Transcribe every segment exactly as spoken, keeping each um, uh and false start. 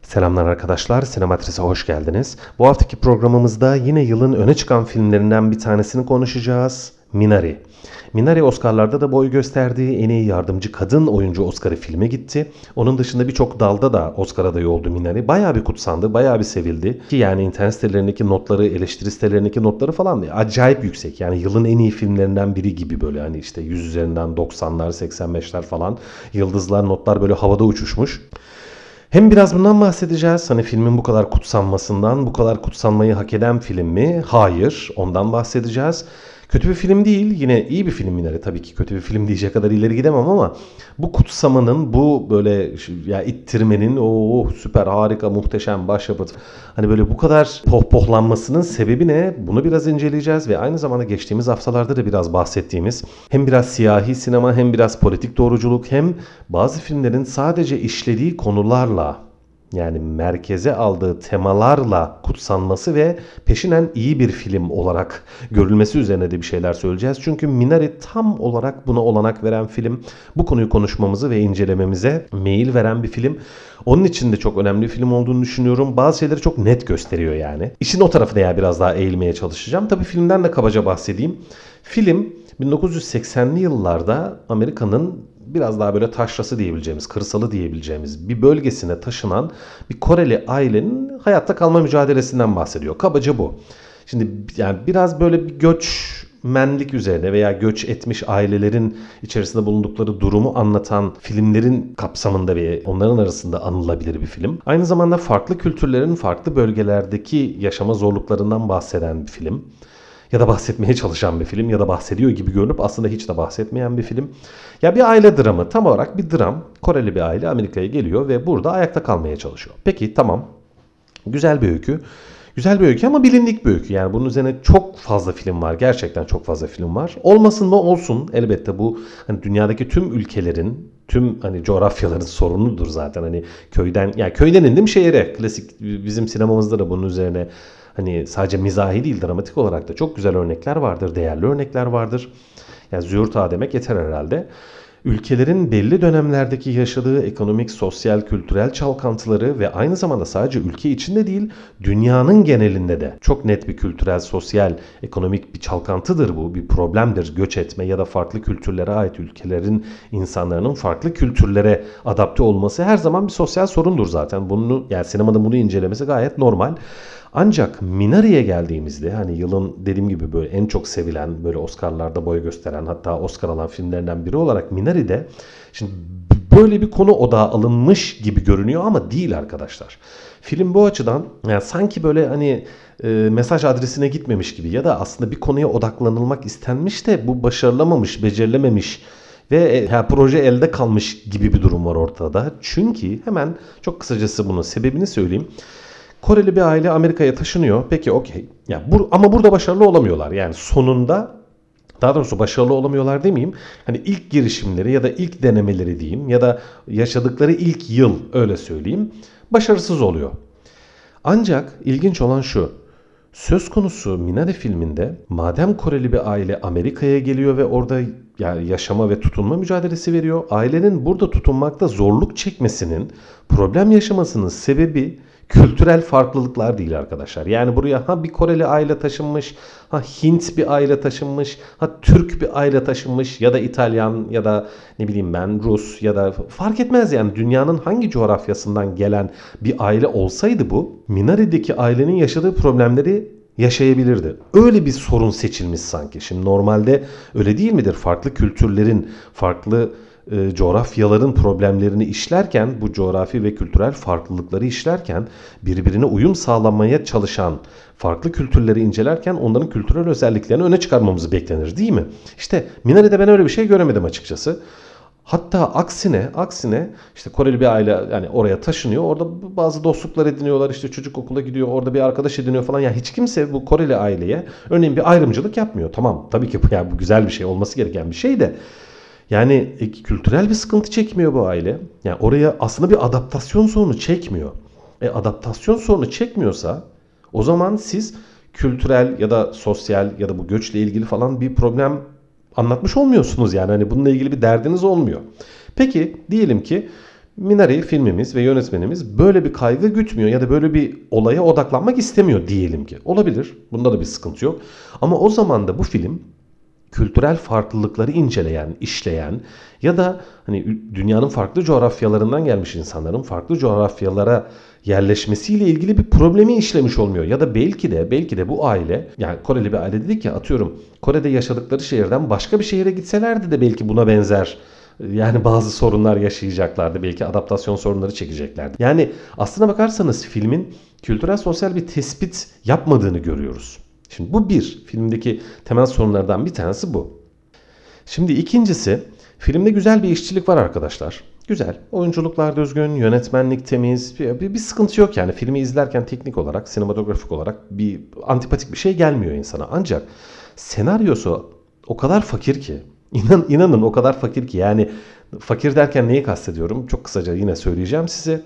Selamlar arkadaşlar, Sinematris'e hoş geldiniz. Bu haftaki programımızda yine yılın öne çıkan filmlerinden bir tanesini konuşacağız. Minari. Minari Oscar'larda da boy gösterdiği en iyi yardımcı kadın oyuncu Oscar'ı filme gitti. Onun dışında birçok dalda da Oscar adayı oldu Minari. Bayağı bir kutsandı, bayağı bir sevildi. Ki yani internet sitelerindeki notları, eleştiri sitelerindeki notları falan acayip yüksek. Yani yılın en iyi filmlerinden biri gibi böyle hani işte yüz üzerinden doksanlar, seksen beşler falan. Yıldızlar, notlar böyle havada uçuşmuş. Hem biraz bundan bahsedeceğiz. Hani filmin bu kadar kutsanmasından, bu kadar kutsanmayı hak eden film mi? Hayır, ondan bahsedeceğiz. Kötü bir film değil, yine iyi bir film yine. Tabii ki kötü bir film diyecek kadar ileri gidemem ama bu kutsamanın, bu böyle ya ittirmenin, o süper harika muhteşem başyapıt hani böyle bu kadar pohpohlanmasının sebebi ne? Bunu biraz inceleyeceğiz ve aynı zamanda geçtiğimiz haftalarda da biraz bahsettiğimiz hem biraz siyahi sinema hem biraz politik doğruculuk hem bazı filmlerin sadece işlediği konularla yani merkeze aldığı temalarla kutsanması ve peşinen iyi bir film olarak görülmesi üzerine de bir şeyler söyleyeceğiz. Çünkü Minari tam olarak buna olanak veren film. Bu konuyu konuşmamızı ve incelememize meyil veren bir film. Onun için de çok önemli bir film olduğunu düşünüyorum. Bazı şeyleri çok net gösteriyor yani. İşin o tarafına ya biraz daha eğilmeye çalışacağım. Tabii filmden de kabaca bahsedeyim. Film bin dokuz yüz seksenli yıllarda Amerika'nın biraz daha böyle taşrası diyebileceğimiz, kırsalı diyebileceğimiz bir bölgesine taşınan bir Koreli ailenin hayatta kalma mücadelesinden bahsediyor. Kabaca bu. Şimdi yani biraz böyle bir göçmenlik üzerine veya göç etmiş ailelerin içerisinde bulundukları durumu anlatan filmlerin kapsamında ve onların arasında anılabilir bir film. Aynı zamanda farklı kültürlerin farklı bölgelerdeki yaşama zorluklarından bahseden bir film. Ya da bahsetmeye çalışan bir film ya da bahsediyor gibi görünüp aslında hiç de bahsetmeyen bir film. Ya bir aile dramı, tam olarak bir dram. Koreli bir aile Amerika'ya geliyor ve burada ayakta kalmaya çalışıyor. Peki tamam. Güzel bir öykü. Güzel bir öykü ama bilindik bir öykü. Yani bunun üzerine çok fazla film var. Gerçekten çok fazla film var. Olmasın mı olsun. Elbette bu hani dünyadaki tüm ülkelerin, tüm hani coğrafyaların sorunudur zaten. Hani köyden, yani köyden indim şehire. Klasik bizim sinemamızda da bunun üzerine hani sadece mizahi değil, dramatik olarak da çok güzel örnekler vardır, değerli örnekler vardır. Yani züğürt ağa demek yeter herhalde. Ülkelerin belli dönemlerdeki yaşadığı ekonomik, sosyal, kültürel çalkantıları ve aynı zamanda sadece ülke içinde değil, dünyanın genelinde de çok net bir kültürel, sosyal, ekonomik bir çalkantıdır bu, bir problemdir. Göç etme ya da farklı kültürlere ait ülkelerin insanların farklı kültürlere adapte olması her zaman bir sosyal sorundur zaten. Bunu yani sinemada bunu incelemesi gayet normal. Ancak Minari'ye geldiğimizde hani yılın dediğim gibi böyle en çok sevilen, böyle Oscar'larda boy gösteren, hatta Oscar alan filmlerinden biri olarak Minari'de şimdi böyle bir konu odağı alınmış gibi görünüyor ama değil arkadaşlar. Film bu açıdan yani sanki böyle hani e, mesaj adresine gitmemiş gibi ya da aslında bir konuya odaklanılmak istenmiş de bu başarılamamış, becerilememiş ve e, ha, proje elde kalmış gibi bir durum var ortada. Çünkü hemen çok kısacası bunun sebebini söyleyeyim. Koreli bir aile Amerika'ya taşınıyor. Peki okey. Ya bu, ama burada başarılı olamıyorlar. Yani sonunda daha doğrusu başarılı olamıyorlar demeyeyim. Hani ilk girişimleri ya da ilk denemeleri diyeyim ya da yaşadıkları ilk yıl öyle söyleyeyim. Başarısız oluyor. Ancak ilginç olan şu. Söz konusu Minari filminde madem Koreli bir aile Amerika'ya geliyor ve orada yani yaşama ve tutunma mücadelesi veriyor. Ailenin burada tutunmakta zorluk çekmesinin, problem yaşamasının sebebi kültürel farklılıklar değil arkadaşlar. Yani buraya ha bir Koreli aile taşınmış, ha Hint bir aile taşınmış, ha Türk bir aile taşınmış ya da İtalyan ya da ne bileyim ben Rus ya da fark etmez yani dünyanın hangi coğrafyasından gelen bir aile olsaydı bu Minari'deki ailenin yaşadığı problemleri yaşayabilirdi. Öyle bir sorun seçilmiş sanki. Şimdi normalde öyle değil midir? Farklı kültürlerin, farklı e, coğrafyaların problemlerini işlerken, bu coğrafi ve kültürel farklılıkları işlerken birbirine uyum sağlamaya çalışan farklı kültürleri incelerken onların kültürel özelliklerini öne çıkarmamız beklenir değil mi? İşte Minari'de ben öyle bir şey göremedim açıkçası. Hatta aksine aksine işte Koreli bir aile yani oraya taşınıyor. Orada bazı dostluklar ediniyorlar. İşte çocuk okula gidiyor. Orada bir arkadaş ediniyor falan. Yani hiç kimse bu Koreli aileye örneğin bir ayrımcılık yapmıyor. Tamam tabii ki bu, yani bu güzel bir şey, olması gereken bir şey de yani e, kültürel bir sıkıntı çekmiyor bu aile. Yani oraya aslında bir adaptasyon sorunu çekmiyor. E adaptasyon sorunu çekmiyorsa o zaman siz kültürel ya da sosyal ya da bu göçle ilgili falan bir problem anlatmış olmuyorsunuz yani. Hani bununla ilgili bir derdiniz olmuyor. Peki diyelim ki Minari filmimiz ve yönetmenimiz böyle bir kaygı gütmüyor ya da böyle bir olaya odaklanmak istemiyor diyelim ki. Olabilir. Bunda da bir sıkıntı yok. Ama o zaman da bu film kültürel farklılıkları inceleyen, işleyen ya da hani dünyanın farklı coğrafyalarından gelmiş insanların farklı coğrafyalara yerleşmesiyle ilgili bir problemi işlemiş olmuyor. Ya da belki de belki de bu aile, yani Koreli bir aile dedik ya, atıyorum Kore'de yaşadıkları şehirden başka bir şehire gitselerdi de belki buna benzer yani bazı sorunlar yaşayacaklardı. Belki adaptasyon sorunları çekeceklerdi. Yani aslına bakarsanız filmin kültürel sosyal bir tespit yapmadığını görüyoruz. Şimdi bu bir. Filmdeki temel sorunlardan bir tanesi bu. Şimdi ikincisi, filmde güzel bir işçilik var arkadaşlar. Güzel. Oyunculuklar düzgün, yönetmenlik temiz. Bir, bir, bir sıkıntı yok yani. Filmi izlerken teknik olarak, sinematografik olarak bir antipatik bir şey gelmiyor insana. Ancak senaryosu o kadar fakir ki. İnan, inanın o kadar fakir ki. Yani fakir derken neyi kastediyorum? Çok kısaca yine söyleyeceğim size.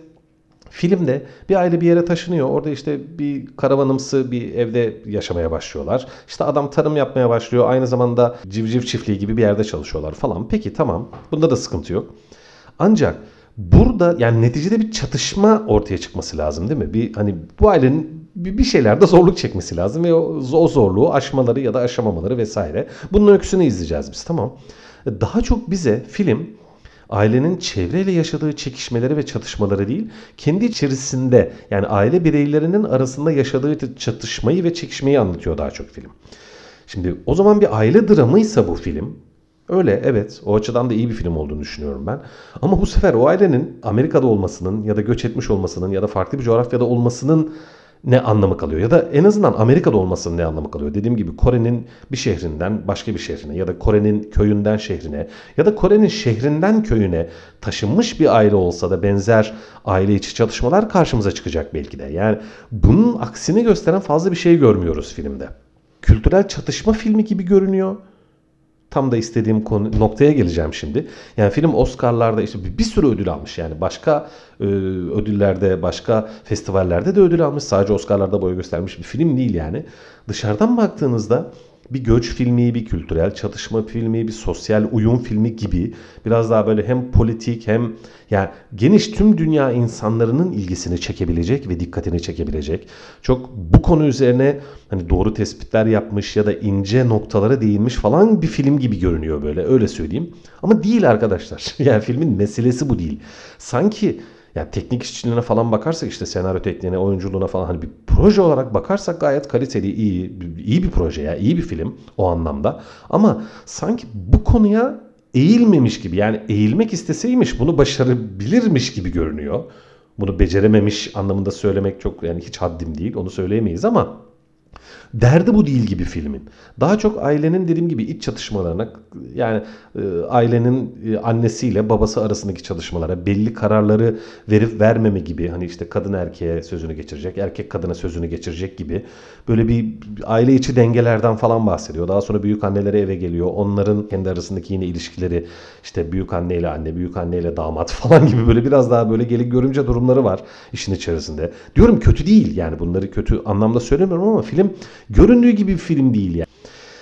Filmde bir aile bir yere taşınıyor. Orada işte bir karavanımsı bir evde yaşamaya başlıyorlar. İşte adam tarım yapmaya başlıyor. Aynı zamanda civciv çiftliği gibi bir yerde çalışıyorlar falan. Peki tamam. Bunda da sıkıntı yok. Ancak burada yani neticede bir çatışma ortaya çıkması lazım değil mi? Bir hani bu ailenin bir şeylerde zorluk çekmesi lazım ve o, o zorluğu aşmaları ya da aşamamaları vesaire. Bunun öyküsünü izleyeceğiz biz, tamam. Daha çok bize film ailenin çevreyle yaşadığı çekişmeleri ve çatışmaları değil, kendi içerisinde yani aile bireylerinin arasında yaşadığı çatışmayı ve çekişmeyi anlatıyor daha çok film. Şimdi o zaman bir aile dramıysa bu film, öyle evet, o açıdan da iyi bir film olduğunu düşünüyorum ben. Ama bu sefer o ailenin Amerika'da olmasının ya da göç etmiş olmasının ya da farklı bir coğrafyada olmasının ne anlamı kalıyor? Ya da en azından Amerika'da olmasının ne anlamı kalıyor? Dediğim gibi Kore'nin bir şehrinden başka bir şehrine ya da Kore'nin köyünden şehrine ya da Kore'nin şehrinden köyüne taşınmış bir aile olsa da benzer aile içi çatışmalar karşımıza çıkacak belki de. Yani bunun aksini gösteren fazla bir şey görmüyoruz filmde. Kültürel çatışma filmi gibi görünüyor. Tam da istediğim konu, noktaya geleceğim şimdi. Yani film Oscar'larda işte bir sürü ödül almış. Yani başka e, ödüllerde, başka festivallerde de ödül almış. Sadece Oscar'larda boy göstermiş bir film değil yani. Dışarıdan baktığınızda bir göç filmi, bir kültürel çatışma filmi, bir sosyal uyum filmi gibi biraz daha böyle hem politik hem yani geniş tüm dünya insanların ilgisini çekebilecek ve dikkatini çekebilecek. Çok bu konu üzerine hani doğru tespitler yapmış ya da ince noktalara değinmiş falan bir film gibi görünüyor böyle, öyle söyleyeyim. Ama değil arkadaşlar. Yani filmin meselesi bu değil. Sanki yani teknik işçiliğine falan bakarsak, işte senaryo tekniğine, oyunculuğuna falan hani bir proje olarak bakarsak gayet kaliteli, iyi, iyi bir proje ya, iyi bir film o anlamda. Ama sanki bu konuya eğilmemiş gibi, yani eğilmek isteseymiş bunu başarabilirmiş gibi görünüyor. Bunu becerememiş anlamında söylemek çok yani hiç haddim değil, onu söyleyemeyiz ama derdi bu değil gibi filmin. Daha çok ailenin dediğim gibi iç çatışmalarına, yani e, ailenin e, annesiyle babası arasındaki çalışmalara, belli kararları verip vermeme gibi, hani işte kadın erkeğe sözünü geçirecek, erkek kadına sözünü geçirecek gibi böyle bir aile içi dengelerden falan bahsediyor. Daha sonra büyük anneleri eve geliyor. Onların kendi arasındaki yine ilişkileri, işte büyük anneyle anne, büyük anneyle damat falan gibi böyle biraz daha böyle gelin görümce durumları var işin içerisinde. Diyorum kötü değil yani, bunları kötü anlamda söylemiyorum ama film göründüğü gibi bir film değil yani.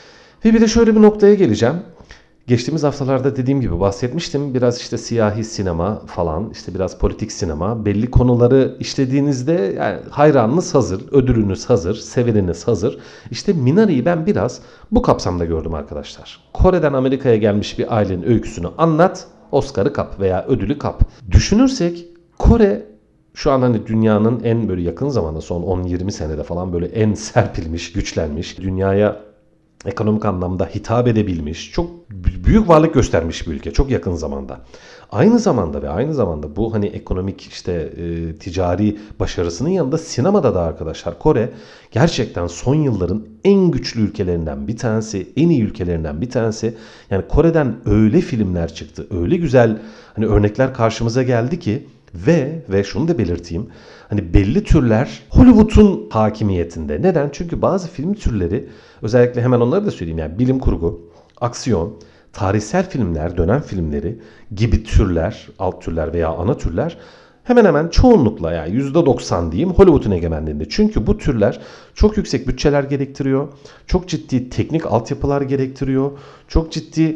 Ve bir de şöyle bir noktaya geleceğim. Geçtiğimiz haftalarda dediğim gibi bahsetmiştim. Biraz işte siyahi sinema falan, işte biraz politik sinema. Belli konuları işlediğinizde yani hayranınız hazır, ödülünüz hazır, severiniz hazır. İşte Minari'yi ben biraz bu kapsamda gördüm arkadaşlar. Kore'den Amerika'ya gelmiş bir ailenin öyküsünü anlat, Oscar'ı kap veya ödülü kap. Düşünürsek Kore şu an hani dünyanın en böyle yakın zamanda son on yirmi senede falan böyle en serpilmiş, güçlenmiş, dünyaya ekonomik anlamda hitap edebilmiş, çok büyük varlık göstermiş bir ülke çok yakın zamanda. Aynı zamanda ve aynı zamanda bu hani ekonomik işte e, ticari başarısının yanında sinemada da arkadaşlar Kore gerçekten son yılların en güçlü ülkelerinden bir tanesi, en iyi ülkelerinden bir tanesi. Yani Kore'den öyle filmler çıktı, öyle güzel hani örnekler karşımıza geldi ki ve ve şunu da belirteyim. Hani belli türler Hollywood'un hakimiyetinde. Neden? Çünkü bazı film türleri, özellikle hemen onları da söyleyeyim yani bilim kurgu, aksiyon, tarihsel filmler, dönem filmleri gibi türler, alt türler veya ana türler hemen hemen çoğunlukla yani yüzde doksan diyeyim Hollywood'un egemenliğinde. Çünkü bu türler çok yüksek bütçeler gerektiriyor. Çok ciddi teknik altyapılar gerektiriyor. Çok ciddi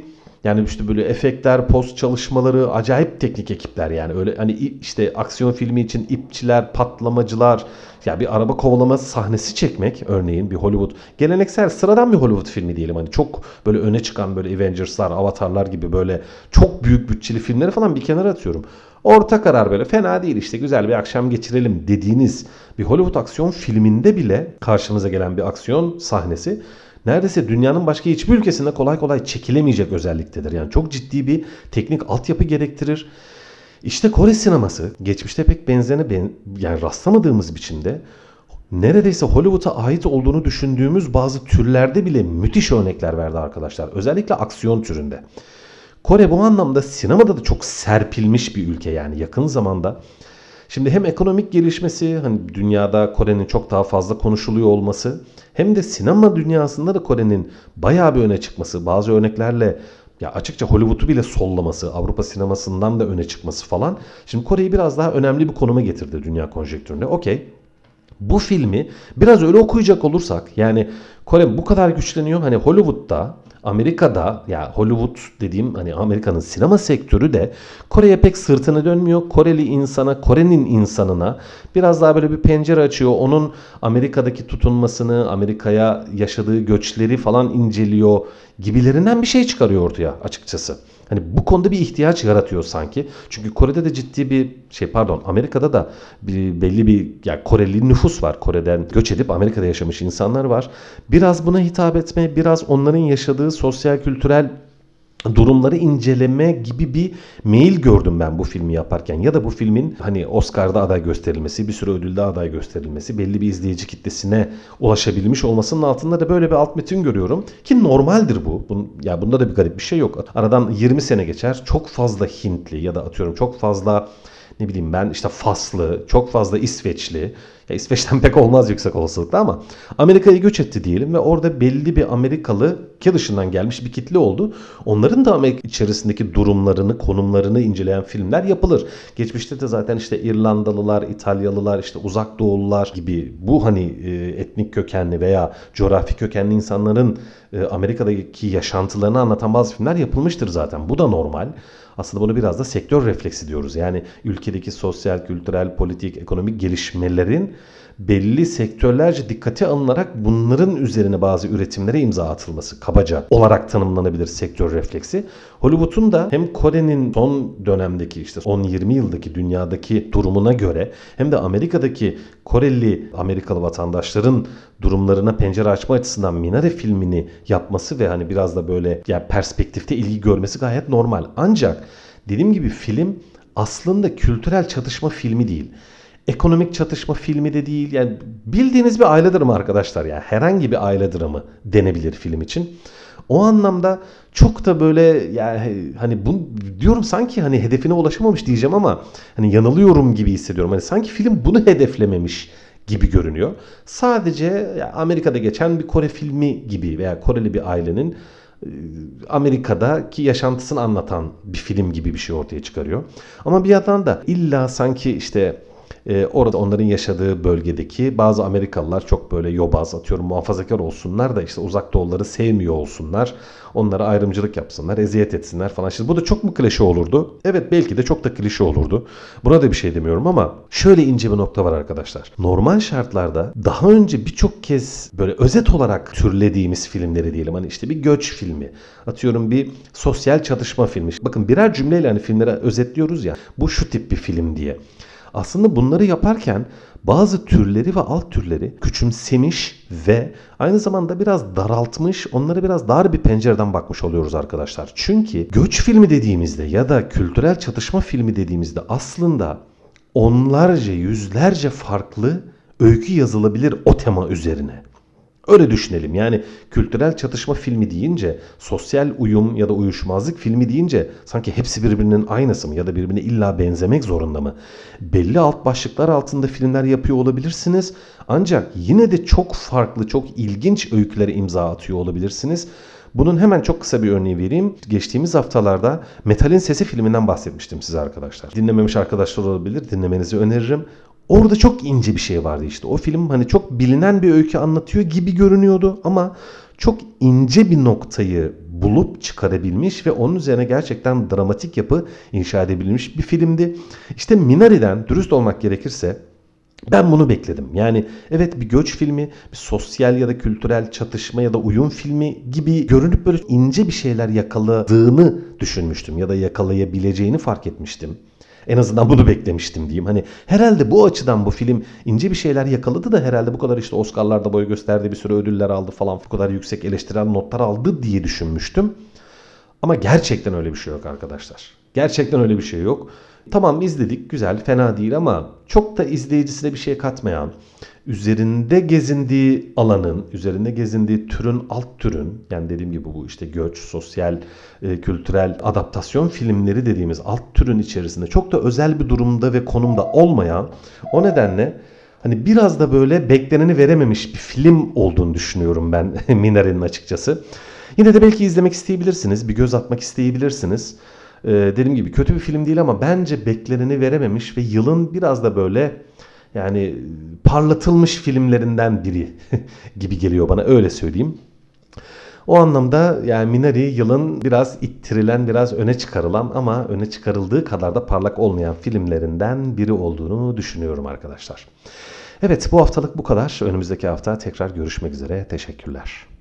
Yani işte böyle efektler, post çalışmaları, acayip teknik ekipler yani. Öyle hani işte aksiyon filmi için ipçiler, patlamacılar, ya bir araba kovalama sahnesi çekmek örneğin bir Hollywood geleneksel sıradan bir Hollywood filmi diyelim. Hani çok böyle öne çıkan böyle Avengers'lar, Avatar'lar gibi böyle çok büyük bütçeli filmleri falan bir kenara atıyorum. Orta karar böyle fena değil işte güzel bir akşam geçirelim dediğiniz bir Hollywood aksiyon filminde bile karşınıza gelen bir aksiyon sahnesi neredeyse dünyanın başka hiçbir ülkesinde kolay kolay çekilemeyecek özelliktedir. Yani çok ciddi bir teknik altyapı gerektirir. İşte Kore sineması geçmişte pek benzerine ben, yani rastlamadığımız biçimde neredeyse Hollywood'a ait olduğunu düşündüğümüz bazı türlerde bile müthiş örnekler verdi arkadaşlar. Özellikle aksiyon türünde. Kore bu anlamda sinemada da çok serpilmiş bir ülke yani yakın zamanda. Şimdi hem ekonomik gelişmesi, hani dünyada Kore'nin çok daha fazla konuşuluyor olması, hem de sinema dünyasında da Kore'nin bayağı bir öne çıkması, bazı örneklerle ya açıkça Hollywood'u bile sollaması, Avrupa sinemasından da öne çıkması falan. Şimdi Kore'yi biraz daha önemli bir konuma getirdi dünya konjektüründe. Okey. Bu filmi biraz öyle okuyacak olursak yani Kore bu kadar güçleniyor. Hani Hollywood'da, Amerika'da ya Hollywood dediğim hani Amerika'nın sinema sektörü de Kore'ye pek sırtını dönmüyor. Koreli insana, Kore'nin insanına biraz daha böyle bir pencere açıyor. Onun Amerika'daki tutunmasını, Amerika'ya yaşadığı göçleri falan inceliyor gibilerinden bir şey çıkarıyor ortaya açıkçası. Hani bu konuda bir ihtiyaç yaratıyor sanki. Çünkü Kore'de de ciddi bir şey pardon Amerika'da da bir, belli bir yani Koreli nüfus var. Kore'den göç edip Amerika'da yaşamış insanlar var. Biraz buna hitap etme, biraz onların yaşadığı sosyal kültürel durumları inceleme gibi bir meyil gördüm ben bu filmi yaparken. Ya da bu filmin hani Oscar'da aday gösterilmesi, bir sürü ödülde aday gösterilmesi, belli bir izleyici kitlesine ulaşabilmiş olmasının altında da böyle bir alt metin görüyorum. Ki normaldir bu. Bun, ya bunda da bir garip bir şey yok. Aradan yirmi sene geçer. Çok fazla Hintli ya da atıyorum çok fazla ne bileyim ben işte Faslı, çok fazla İsveçli. Ya İsveç'ten pek olmaz yüksek olasılıkla ama Amerika'ya göç etti diyelim ve orada belli bir Amerikalı ki dışından gelmiş bir kitle oldu. Onların da Amerika içerisindeki durumlarını, konumlarını inceleyen filmler yapılır. Geçmişte de zaten işte İrlandalılar, İtalyalılar, işte Uzak Doğulular gibi bu hani etnik kökenli veya coğrafi kökenli insanların Amerika'daki yaşantılarını anlatan bazı filmler yapılmıştır zaten. Bu da normal. Aslında bunu biraz da sektör refleksi diyoruz. Yani ülkedeki sosyal, kültürel, politik, ekonomik gelişmelerin belli sektörlerce dikkate alınarak bunların üzerine bazı üretimlere imza atılması kabaca olarak tanımlanabilir sektör refleksi. Hollywood'un da hem Kore'nin son dönemdeki işte on yirmi yıldaki dünyadaki durumuna göre hem de Amerika'daki Koreli Amerikalı vatandaşların durumlarına pencere açma açısından Minare filmini yapması ve hani biraz da böyle yani perspektifte ilgi görmesi gayet normal. Ancak dediğim gibi film aslında kültürel çatışma filmi değil. Ekonomik çatışma filmi de değil. Yani bildiğiniz bir aile dramı arkadaşlar. Yani herhangi bir aile dramı denebilir film için. O anlamda çok da böyle yani hani bu diyorum sanki hani hedefine ulaşamamış diyeceğim ama hani yanılıyorum gibi hissediyorum. Hani sanki film bunu hedeflememiş gibi görünüyor. Sadece Amerika'da geçen bir Kore filmi gibi veya Koreli bir ailenin Amerika'daki yaşantısını anlatan bir film gibi bir şey ortaya çıkarıyor. Ama bir yandan da illa sanki işte Ee, orada onların yaşadığı bölgedeki bazı Amerikalılar çok böyle yobaz atıyorum muhafazakar olsunlar da işte uzak doğuları sevmiyor olsunlar. Onlara ayrımcılık yapsınlar, eziyet etsinler falan. Şimdi bu da çok mu klişe olurdu? Evet belki de çok da klişe olurdu. Buna da bir şey demiyorum ama şöyle ince bir nokta var arkadaşlar. Normal şartlarda daha önce birçok kez böyle özet olarak türlediğimiz filmleri diyelim. Hani işte bir göç filmi, atıyorum bir sosyal çatışma filmi. Bakın birer cümleyle hani filmleri özetliyoruz ya. Bu şu tip bir film diye. Aslında bunları yaparken bazı türleri ve alt türleri küçümsemiş ve aynı zamanda biraz daraltmış, onlara biraz dar bir pencereden bakmış oluyoruz arkadaşlar. Çünkü göç filmi dediğimizde ya da kültürel çatışma filmi dediğimizde aslında onlarca, yüzlerce farklı öykü yazılabilir o tema üzerine. Öyle düşünelim. Yani kültürel çatışma filmi deyince, sosyal uyum ya da uyuşmazlık filmi deyince sanki hepsi birbirinin aynısı mı ya da birbirine illa benzemek zorunda mı? Belli alt başlıklar altında filmler yapıyor olabilirsiniz. Ancak yine de çok farklı, çok ilginç öykülere imza atıyor olabilirsiniz. Bunun hemen çok kısa bir örneği vereyim. Geçtiğimiz haftalarda Metal'in Sesi filminden bahsetmiştim size arkadaşlar. Dinlememiş arkadaşlar olabilir, dinlemenizi öneririm. Orada çok ince bir şey vardı işte. O film hani çok bilinen bir öykü anlatıyor gibi görünüyordu ama çok ince bir noktayı bulup çıkarabilmiş ve onun üzerine gerçekten dramatik yapı inşa edebilmiş bir filmdi. İşte Minari'den dürüst olmak gerekirse ben bunu bekledim. Yani evet, bir göç filmi, bir sosyal ya da kültürel çatışma ya da uyum filmi gibi görünüp böyle ince bir şeyler yakaladığını düşünmüştüm ya da yakalayabileceğini fark etmiştim. En azından bunu beklemiştim diyeyim. Hani herhalde bu açıdan bu film ince bir şeyler yakaladı da herhalde bu kadar işte Oscar'larda boy gösterdi, bir sürü ödüller aldı falan, bu kadar yüksek eleştirel notlar aldı diye düşünmüştüm. Ama gerçekten öyle bir şey yok arkadaşlar. Gerçekten öyle bir şey yok. Tamam, izledik, güzel, fena değil ama çok da izleyicisine bir şey katmayan, üzerinde gezindiği alanın, üzerinde gezindiği türün, alt türün, yani dediğim gibi bu işte göç, sosyal, e, kültürel adaptasyon filmleri dediğimiz alt türün içerisinde çok da özel bir durumda ve konumda olmayan, o nedenle hani biraz da böyle bekleneni verememiş bir film olduğunu düşünüyorum ben Minari'nin açıkçası. Yine de belki izlemek isteyebilirsiniz, bir göz atmak isteyebilirsiniz. Ee, dediğim gibi kötü bir film değil ama bence bekleneni verememiş ve yılın biraz da böyle yani parlatılmış filmlerinden biri gibi geliyor bana, öyle söyleyeyim. O anlamda yani Minari yılın biraz ittirilen, biraz öne çıkarılan ama öne çıkarıldığı kadar da parlak olmayan filmlerinden biri olduğunu düşünüyorum arkadaşlar. Evet, bu haftalık bu kadar. Önümüzdeki hafta tekrar görüşmek üzere. Teşekkürler.